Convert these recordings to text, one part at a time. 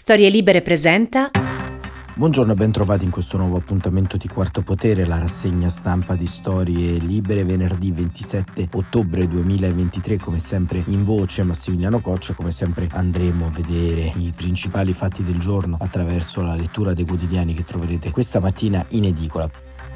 Storie Libere presenta. Buongiorno e ben trovati in questo nuovo appuntamento di Quarto Potere, la rassegna stampa di Storie Libere, venerdì 27 ottobre 2023, come sempre in voce Massimiliano Coccia. Come sempre andremo a vedere i principali fatti del giorno attraverso la lettura dei quotidiani che troverete questa mattina in edicola.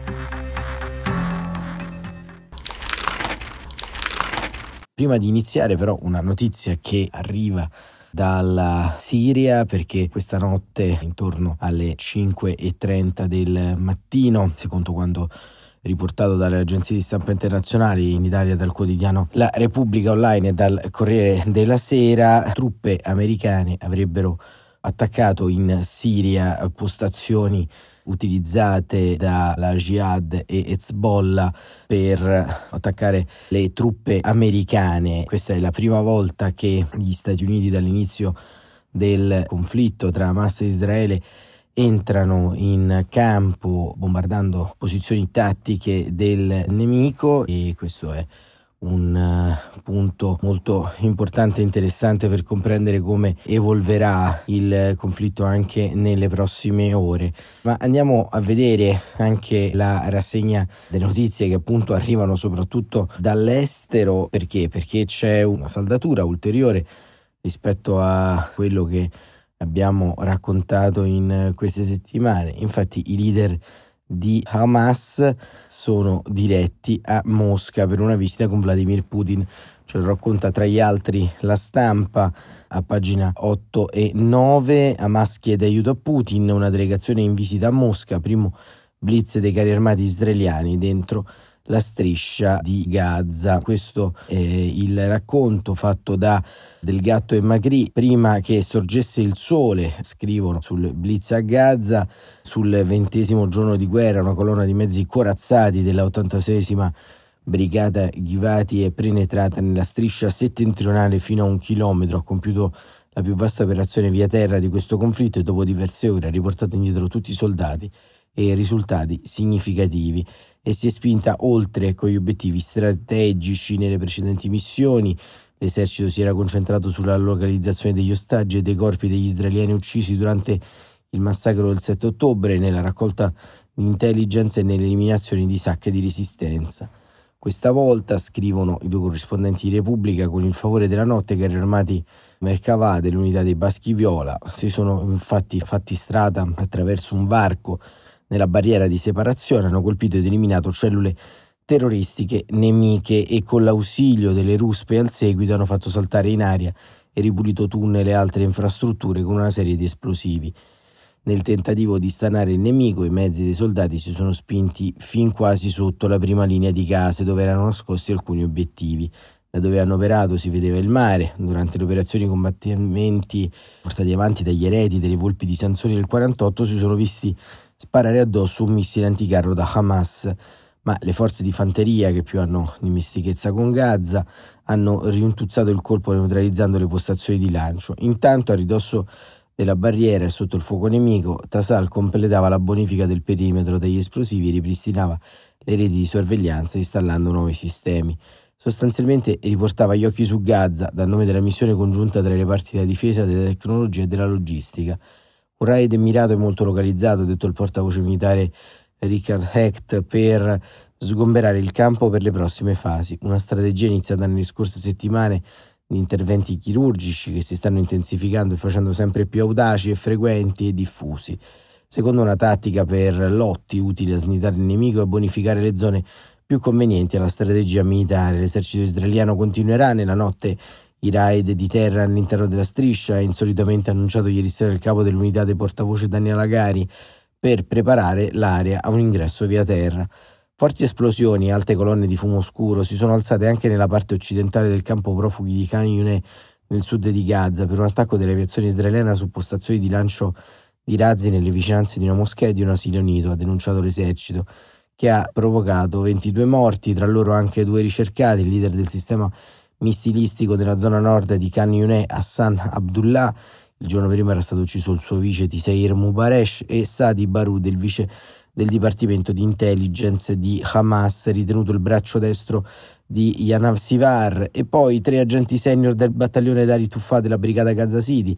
Prima di iniziare però una notizia che arriva dalla Siria, perché questa notte intorno alle 5:30 del mattino, secondo quanto riportato dalle agenzie di stampa internazionali, in Italia dal quotidiano La Repubblica Online e dal Corriere della Sera, truppe americane avrebbero attaccato in Siria postazioni utilizzate dalla Jihad e Hezbollah per attaccare le truppe americane. Questa è la prima volta che gli Stati Uniti, dall'inizio del conflitto tra Hamas e Israele, entrano in campo bombardando posizioni tattiche del nemico, e questo è un punto molto importante e interessante per comprendere come evolverà il conflitto anche nelle prossime ore. Ma andiamo a vedere anche la rassegna delle notizie che appunto arrivano soprattutto dall'estero. Perché c'è una saldatura ulteriore rispetto a quello che abbiamo raccontato in queste settimane. Infatti i leader di Hamas sono diretti a Mosca per una visita con Vladimir Putin. Ce lo racconta tra gli altri La Stampa a pagina 8 e 9. Hamas chiede aiuto a Putin, una delegazione in visita a Mosca, primo blitz dei carri armati israeliani dentro la striscia di Gaza. Questo è il racconto fatto da Del Gatto e Magri. Prima che sorgesse il sole, scrivono sul blitz a Gaza, sul 20° giorno di guerra una colonna di mezzi corazzati della 86esima brigata Givati è penetrata nella striscia settentrionale fino a 1 chilometro, ha compiuto la più vasta operazione via terra di questo conflitto e dopo diverse ore ha riportato indietro tutti i soldati e risultati significativi, e si è spinta oltre con gli obiettivi strategici. Nelle precedenti missioni l'esercito si era concentrato sulla localizzazione degli ostaggi e dei corpi degli israeliani uccisi durante il massacro del 7 ottobre, nella raccolta di intelligence e nell'eliminazione di sacche di resistenza. Questa volta, scrivono i due corrispondenti di Repubblica, con il favore della notte, carri armati Merkavah dell'unità dei Baschi Viola si sono infatti fatti strada attraverso un varco nella barriera di separazione, hanno colpito ed eliminato cellule terroristiche nemiche e con l'ausilio delle ruspe al seguito hanno fatto saltare in aria e ripulito tunnel e altre infrastrutture con una serie di esplosivi. Nel tentativo di stanare il nemico, i mezzi dei soldati si sono spinti fin quasi sotto la prima linea di case, dove erano nascosti alcuni obiettivi. Da dove hanno operato si vedeva il mare. Durante le operazioni, i combattimenti portati avanti dagli eredi delle volpi di Sansone del 48 si sono visti sparare addosso un missile anticarro da Hamas, ma le forze di fanteria, che più hanno dimestichezza con Gaza, hanno riuntuzzato il colpo neutralizzando le postazioni di lancio. Intanto, a ridosso della barriera e sotto il fuoco nemico, Tasal completava la bonifica del perimetro degli esplosivi e ripristinava le reti di sorveglianza installando nuovi sistemi. Sostanzialmente riportava gli occhi su Gaza dal nome della missione congiunta tra le parti della difesa, della tecnologia e della logistica. Un raid mirato e molto localizzato, detto il portavoce militare Richard Hecht, per sgomberare il campo per le prossime fasi. Una strategia iniziata nelle scorse settimane di interventi chirurgici che si stanno intensificando e facendo sempre più audaci e frequenti e diffusi. Secondo una tattica per lotti utile a snitare il nemico e a bonificare le zone più convenienti alla strategia militare, l'esercito israeliano continuerà nella notte i raid di terra all'interno della striscia. Ha insolitamente annunciato ieri sera il capo dell'unità dei portavoce Daniel Hagari per preparare l'area a un ingresso via terra. Forti esplosioni e alte colonne di fumo scuro si sono alzate anche nella parte occidentale del campo profughi di Khan Younis, nel sud di Gaza, per un attacco dell'aviazione israeliana su postazioni di lancio di razzi nelle vicinanze di una moschea e di un asilo nido, ha denunciato l'esercito, che ha provocato 22 morti, tra loro anche 2 ricercati. Il leader del sistema missilistico della zona nord di Khan Younis, Hassan Abdullah, il giorno prima era stato ucciso il suo vice Tisair Mubaresh, e Sadi Baroud, il vice del Dipartimento di Intelligence di Hamas, ritenuto il braccio destro di Yanav Sivar, e poi 3 agenti senior del battaglione d'Ari Tuffà della brigata Gaza City,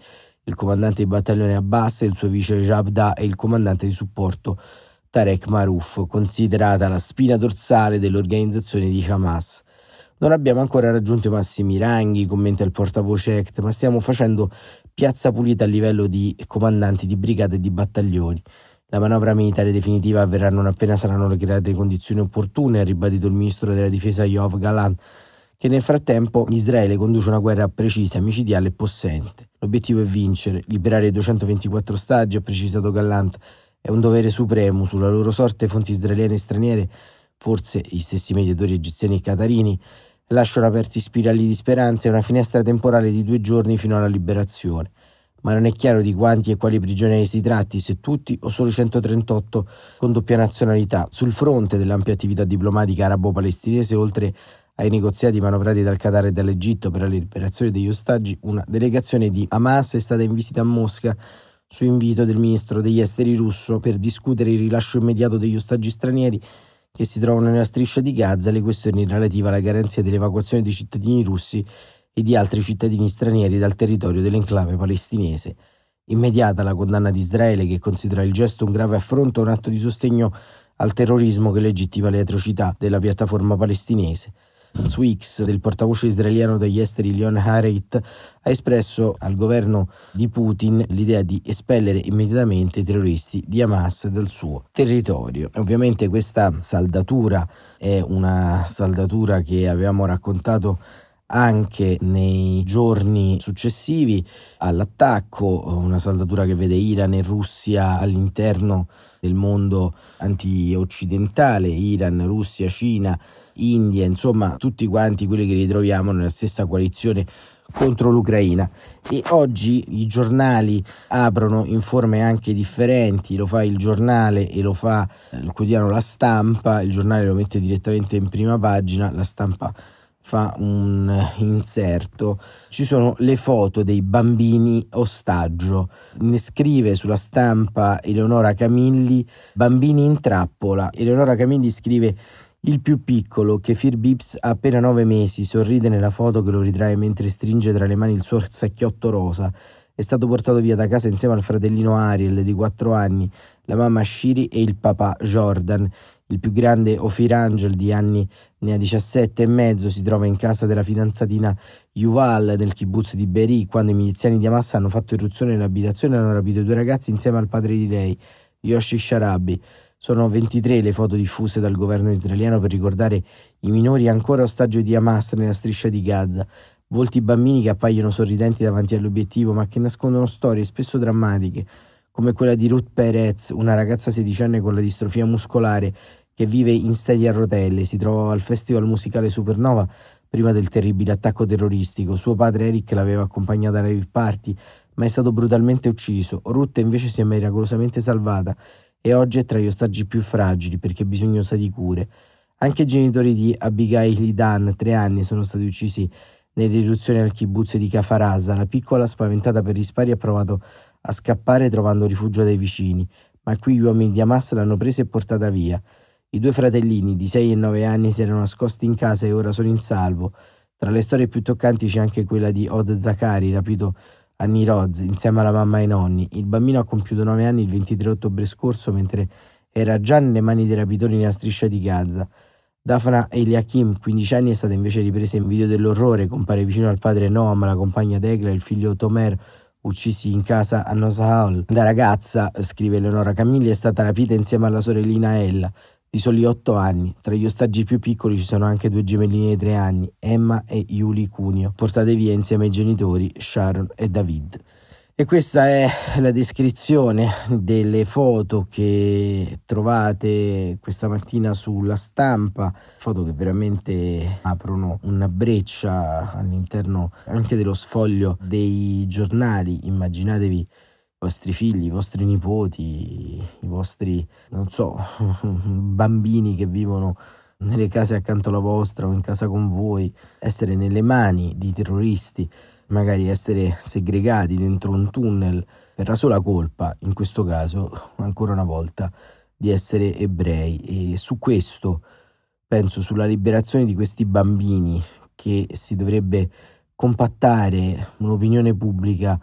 il comandante di battaglione Abbas e il suo vice Jabda e il comandante di supporto Tarek Maruf, considerata la spina dorsale dell'organizzazione di Hamas. Non abbiamo ancora raggiunto i massimi ranghi, commenta il portavoce Hecht, ma stiamo facendo piazza pulita a livello di comandanti di brigate e di battaglioni. La manovra militare definitiva avverrà non appena saranno create le condizioni opportune, ha ribadito il ministro della difesa Yoav Gallant, che nel frattempo Israele conduce una guerra precisa, micidiale e possente. L'obiettivo è vincere, liberare i 224 ostaggi, ha precisato Gallant. È un dovere supremo. Sulla loro sorte fonti israeliane e straniere, forse gli stessi mediatori egiziani e qatarini, lasciano aperti spirali di speranza e una finestra temporale di 2 giorni fino alla liberazione. Ma non è chiaro di quanti e quali prigionieri si tratti, se tutti o solo 138 con doppia nazionalità. Sul fronte dell'ampia attività diplomatica arabo-palestinese, oltre ai negoziati manovrati dal Qatar e dall'Egitto per la liberazione degli ostaggi, una delegazione di Hamas è stata in visita a Mosca su invito del ministro degli esteri russo per discutere il rilascio immediato degli ostaggi stranieri che si trovano nella striscia di Gaza e le questioni relative alla garanzia dell'evacuazione dei cittadini russi e di altri cittadini stranieri dal territorio dell'enclave palestinese. Immediata la condanna di Israele, che considera il gesto un grave affronto e un atto di sostegno al terrorismo che legittima le atrocità della piattaforma palestinese. Su X del portavoce israeliano degli esteri Leon Hareit ha espresso al governo di Putin l'idea di espellere immediatamente i terroristi di Hamas dal suo territorio. Ovviamente questa saldatura è una saldatura che avevamo raccontato anche nei giorni successivi all'attacco, una saldatura che vede Iran e Russia all'interno del mondo anti-occidentale, Iran, Russia, Cina, India, insomma tutti quanti quelli che ritroviamo nella stessa coalizione contro l'Ucraina. E oggi i giornali aprono in forme anche differenti, lo fa il Giornale e lo fa il quotidiano La Stampa. Il Giornale lo mette direttamente in prima pagina, La Stampa fa un inserto. Ci sono le foto dei bambini ostaggio. Ne scrive sulla Stampa Eleonora Camilli, bambini in trappola. Eleonora Camilli scrive: il più piccolo, Kefir Bips, ha appena 9 mesi, sorride nella foto che lo ritrae mentre stringe tra le mani il suo sacchiotto rosa. È stato portato via da casa insieme al fratellino Ariel di 4 anni, la mamma Shiri e il papà Jordan. Il più grande, Ofir Angel, di anni ne ha 17 e mezzo, si trova in casa della fidanzatina Yuval nel kibbutz di Be'eri quando i miliziani di Hamas hanno fatto irruzione nell'abitazione e hanno rapito i 2 ragazzi insieme al padre di lei, Yoshi Sharabi. Sono 23 le foto diffuse dal governo israeliano per ricordare i minori ancora ostaggio di Hamas nella striscia di Gaza. Volti bambini che appaiono sorridenti davanti all'obiettivo, ma che nascondono storie spesso drammatiche, come quella di Ruth Perez, una ragazza sedicenne con la distrofia muscolare che vive in sedia a rotelle. Si trovava al festival musicale Supernova prima del terribile attacco terroristico. Suo padre Eric l'aveva accompagnata alla rave party, ma è stato brutalmente ucciso. Ruth invece si è miracolosamente salvata e oggi è tra gli ostaggi più fragili perché è bisognosa di cure. Anche i genitori di Abigail Idan, 3 anni, sono stati uccisi nell'irruzione al kibbutz di Kafarasa. La piccola, spaventata per i spari, ha provato a scappare trovando rifugio dai vicini, ma qui gli uomini di Hamas l'hanno presa e portata via. I 2 fratellini di 6 e 9 anni si erano nascosti in casa e ora sono in salvo. Tra le storie più toccanti c'è anche quella di Od Zakari, rapito a Niroz insieme alla mamma e ai nonni. Il bambino ha compiuto 9 anni il 23 ottobre scorso mentre era già nelle mani dei rapitori nella striscia di Gaza. Dafna Eliakim, 15 anni, è stata invece ripresa in video dell'orrore. Compare vicino al padre Noam, la compagna Degla e il figlio Tomer, uccisi in casa a Nosahal. La ragazza, scrive Eleonora Camilli, è stata rapita insieme alla sorellina Ella, di soli 8 anni. Tra gli ostaggi più piccoli ci sono anche 2 gemellini di 3 anni, Emma e Yuli Cunio, portate via insieme ai genitori Sharon e David. E questa è la descrizione delle foto che trovate questa mattina sulla Stampa, foto che veramente aprono una breccia all'interno anche dello sfoglio dei giornali. Immaginatevi i vostri figli, i vostri nipoti, i vostri, non so, bambini che vivono nelle case accanto alla vostra o in casa con voi, essere nelle mani di terroristi, magari essere segregati dentro un tunnel per la sola colpa, in questo caso, ancora una volta, di essere ebrei. E su questo, penso, sulla liberazione di questi bambini, che si dovrebbe compattare un'opinione pubblica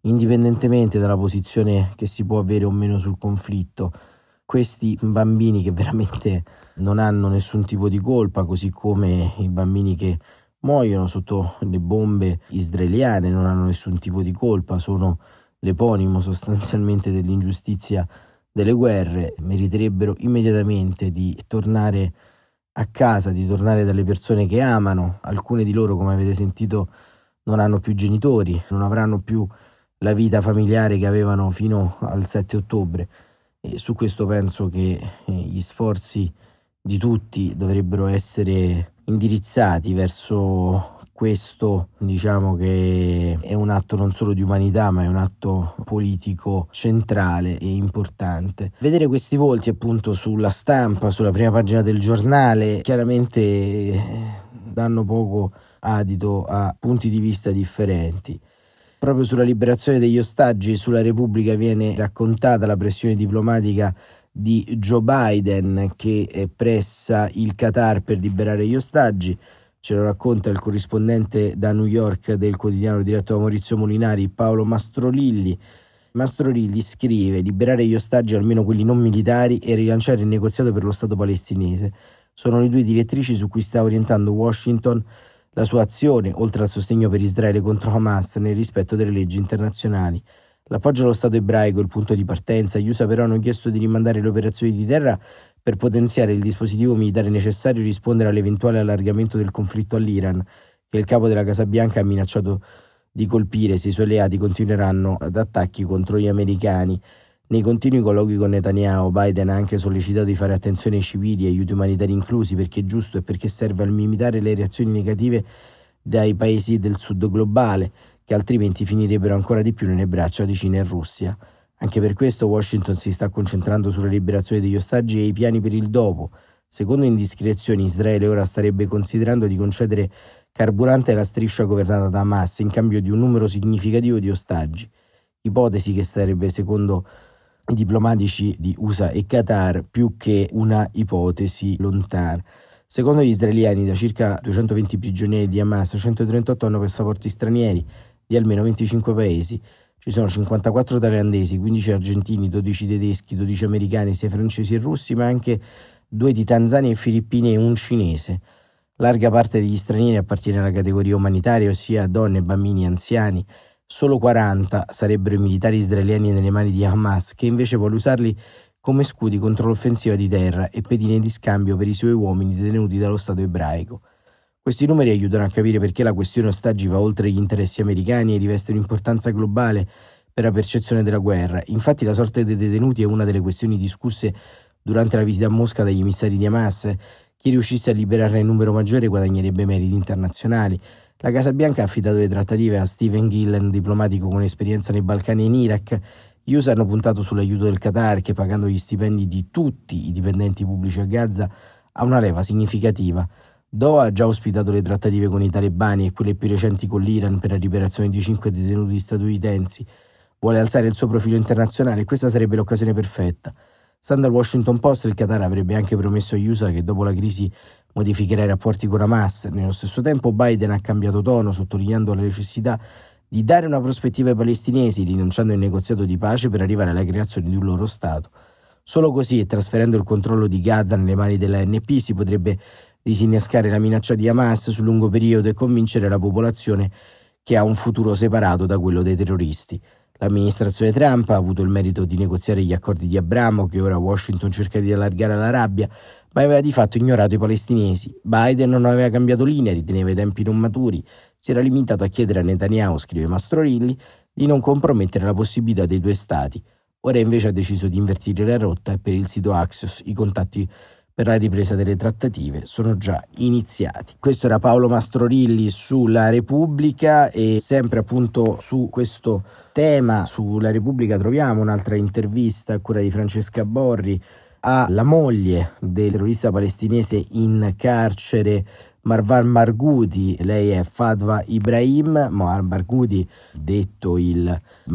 indipendentemente dalla posizione che si può avere o meno sul conflitto. Questi bambini che veramente non hanno nessun tipo di colpa, così come i bambini che muoiono sotto le bombe israeliane non hanno nessun tipo di colpa, sono l'eponimo sostanzialmente dell'ingiustizia delle guerre, meriterebbero immediatamente di tornare a casa, di tornare dalle persone che amano. Alcune di loro, come avete sentito, non hanno più genitori, non avranno più la vita familiare che avevano fino al 7 ottobre. E su questo penso che gli sforzi di tutti dovrebbero essere indirizzati verso questo, diciamo, che è un atto non solo di umanità, ma è un atto politico centrale e importante. Vedere questi volti appunto sulla stampa, sulla prima pagina del giornale, chiaramente danno poco adito a punti di vista differenti. Proprio sulla liberazione degli ostaggi, sulla Repubblica viene raccontata la pressione diplomatica di Joe Biden che pressa il Qatar per liberare gli ostaggi. Ce lo racconta il corrispondente da New York del quotidiano diretto da Maurizio Molinari, Paolo Mastrolilli. Mastrolilli scrive: liberare gli ostaggi, almeno quelli non militari, e rilanciare il negoziato per lo Stato palestinese sono le due direttrici su cui sta orientando Washington la sua azione, oltre al sostegno per Israele contro Hamas nel rispetto delle leggi internazionali. L'appoggio allo Stato ebraico è il punto di partenza. Gli USA però hanno chiesto di rimandare le operazioni di terra per potenziare il dispositivo militare necessario e rispondere all'eventuale allargamento del conflitto all'Iran, che il capo della Casa Bianca ha minacciato di colpire se i suoi alleati continueranno ad attacchi contro gli americani. Nei continui colloqui con Netanyahu, Biden ha anche sollecitato di fare attenzione ai civili e aiuti umanitari inclusi, perché è giusto e perché serve a limitare le reazioni negative dai paesi del sud globale, che altrimenti finirebbero ancora di più nelle braccia di Cina e Russia. Anche per questo Washington si sta concentrando sulla liberazione degli ostaggi e i piani per il dopo. Secondo indiscrezioni, Israele ora starebbe considerando di concedere carburante alla striscia governata da Hamas in cambio di un numero significativo di ostaggi, ipotesi che sarebbe, secondo i diplomatici di USA e Qatar, più che una ipotesi lontana. Secondo gli israeliani, da circa 220 prigionieri di Hamas, 138 hanno passaporti stranieri di almeno 25 paesi. Ci sono 54 thailandesi, 15 argentini, 12 tedeschi, 12 americani, 6 francesi e russi, ma anche 2 di Tanzania e Filippine e un cinese. Larga parte degli stranieri appartiene alla categoria umanitaria, ossia donne, bambini, anziani. Solo 40 sarebbero i militari israeliani nelle mani di Hamas, che invece vuole usarli come scudi contro l'offensiva di terra e pedine di scambio per i suoi uomini detenuti dallo Stato ebraico. Questi numeri aiutano a capire perché la questione ostaggi va oltre gli interessi americani e riveste un'importanza globale per la percezione della guerra. Infatti la sorte dei detenuti è una delle questioni discusse durante la visita a Mosca dagli emissari di Hamas. Chi riuscisse a liberarne in numero maggiore guadagnerebbe meriti internazionali. La Casa Bianca ha affidato le trattative a Stephen Gillen, diplomatico con esperienza nei Balcani e in Iraq. Gli USA hanno puntato sull'aiuto del Qatar, che pagando gli stipendi di tutti i dipendenti pubblici a Gaza ha una leva significativa. Doha ha già ospitato le trattative con i talebani e quelle più recenti con l'Iran per la liberazione di 5 detenuti statunitensi. Vuole alzare il suo profilo internazionale e questa sarebbe l'occasione perfetta. Stando al Washington Post, il Qatar avrebbe anche promesso agli USA che dopo la crisi modificherà i rapporti con Hamas. Nello stesso tempo Biden ha cambiato tono, sottolineando la necessità di dare una prospettiva ai palestinesi, rinunciando al negoziato di pace per arrivare alla creazione di un loro Stato. Solo così, e trasferendo il controllo di Gaza nelle mani dell'ANP, si potrebbe disinnescare la minaccia di Hamas sul lungo periodo e convincere la popolazione che ha un futuro separato da quello dei terroristi. L'amministrazione Trump ha avuto il merito di negoziare gli accordi di Abramo, che ora Washington cerca di allargare all'Arabia, ma aveva di fatto ignorato i palestinesi. Biden non aveva cambiato linea, riteneva i tempi non maturi, si era limitato a chiedere a Netanyahu, scrive Mastrorilli, di non compromettere la possibilità dei due stati. Ora invece ha deciso di invertire la rotta e per il sito Axios i contatti per la ripresa delle trattative sono già iniziati. Questo era Paolo Mastrorilli sulla Repubblica, e sempre appunto su questo tema, sulla Repubblica, troviamo un'altra intervista a cura di Francesca Borri alla moglie del terrorista palestinese in carcere Marwan Barghouti. Lei è Fadwa Ibrahim. Marwan Barghouti, detto il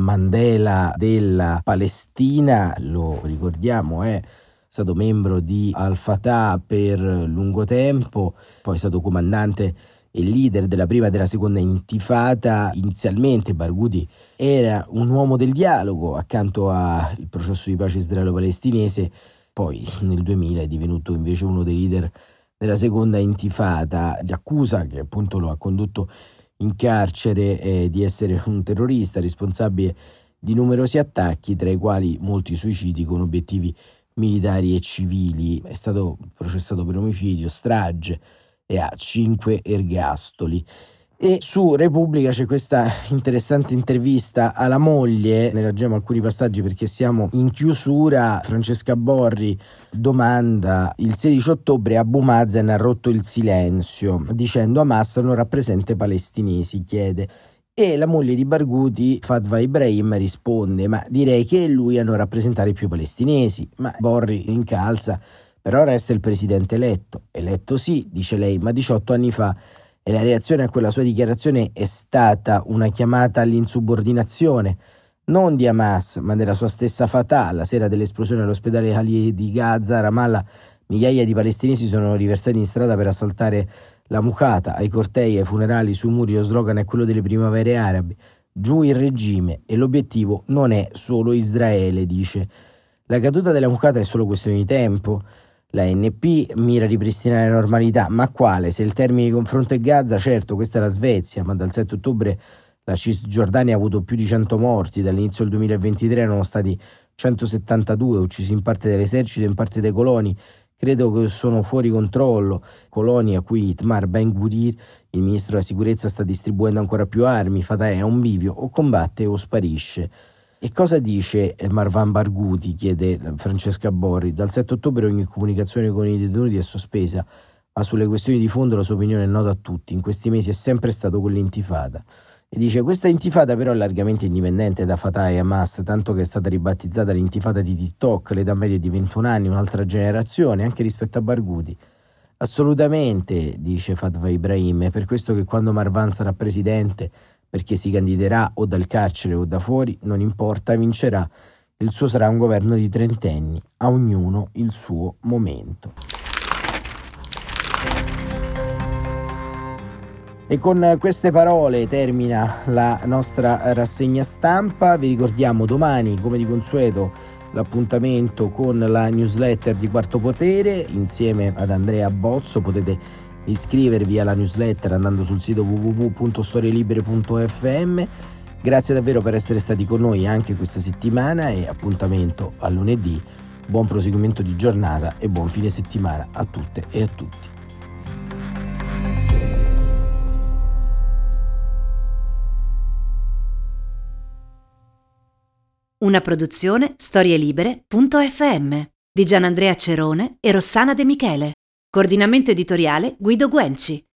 Mandela della Palestina, lo ricordiamo, è stato membro di Al-Fatah per lungo tempo, poi è stato comandante e leader della prima e della seconda intifada. Inizialmente Barghouti era un uomo del dialogo accanto al processo di pace israelo-palestinese, poi nel 2000 è divenuto invece uno dei leader della seconda intifada. Gli accusa, che appunto lo ha condotto in carcere, di essere un terrorista responsabile di numerosi attacchi, tra i quali molti suicidi con obiettivi militari e civili. È stato processato per omicidio, strage e ha 5 ergastoli. E su Repubblica c'è questa interessante intervista alla moglie, ne leggiamo alcuni passaggi perché siamo in chiusura. Francesca Borri domanda: il 16 ottobre Abu Mazen ha rotto il silenzio dicendo Hamas non rappresenta i palestinesi, chiede. E la moglie di Barghouti, Fatwa Ibrahim, risponde: ma direi che è lui a non rappresentare più i palestinesi. Ma Borri incalza: però resta il presidente eletto. Eletto sì, dice lei, ma 18 anni fa. E la reazione a quella sua dichiarazione è stata una chiamata all'insubordinazione, non di Hamas, ma della sua stessa Fatah. La sera dell'esplosione all'ospedale Ali di Gaza, a Ramallah, migliaia di palestinesi sono riversati in strada per assaltare la Mucata. Ai cortei, ai funerali, sui muri lo slogan è quello delle primavere arabe: giù il regime, e l'obiettivo non è solo Israele, dice. La caduta della Mucata è solo questione di tempo. La ANP mira a ripristinare la normalità, ma quale? Se il termine di confronto è Gaza, certo, questa è la Svezia, ma dal 7 ottobre la Cisgiordania ha avuto più di 100 morti, dall'inizio del 2023 erano stati 172 uccisi in parte dall'esercito e in parte dai coloni. Credo che sono fuori controllo, coloni a cui Itamar Ben-Gvir, il ministro della sicurezza, sta distribuendo ancora più armi. Fatah è a un bivio: o combatte o sparisce. E cosa dice Marwan Barghouti? Chiede Francesca Borri. Dal 7 ottobre ogni comunicazione con i detenuti è sospesa, ma sulle questioni di fondo la sua opinione è nota a tutti. In questi mesi è sempre stato quell'intifada. E dice: questa intifada però è largamente indipendente da Fatah e Hamas, tanto che è stata ribattezzata l'intifada di TikTok, l'età media è di 21 anni, un'altra generazione, anche rispetto a Barghouti. Assolutamente, dice Fatwa Ibrahim, è per questo che quando Marwan sarà presidente, perché si candiderà o dal carcere o da fuori, non importa, vincerà. Il suo sarà un governo di trentenni, a ognuno il suo momento. E con queste parole termina la nostra rassegna stampa. Vi ricordiamo domani, come di consueto, l'appuntamento con la newsletter di Quarto Potere insieme ad Andrea Bozzo. Potete iscrivervi alla newsletter andando sul sito www.storielibere.fm. Grazie davvero per essere stati con noi anche questa settimana e appuntamento a lunedì. Buon proseguimento di giornata e buon fine settimana a tutte e a tutti. Una produzione storielibere.fm di Gianandrea Cerone e Rossana De Michele. Coordinamento editoriale Guido Guenci.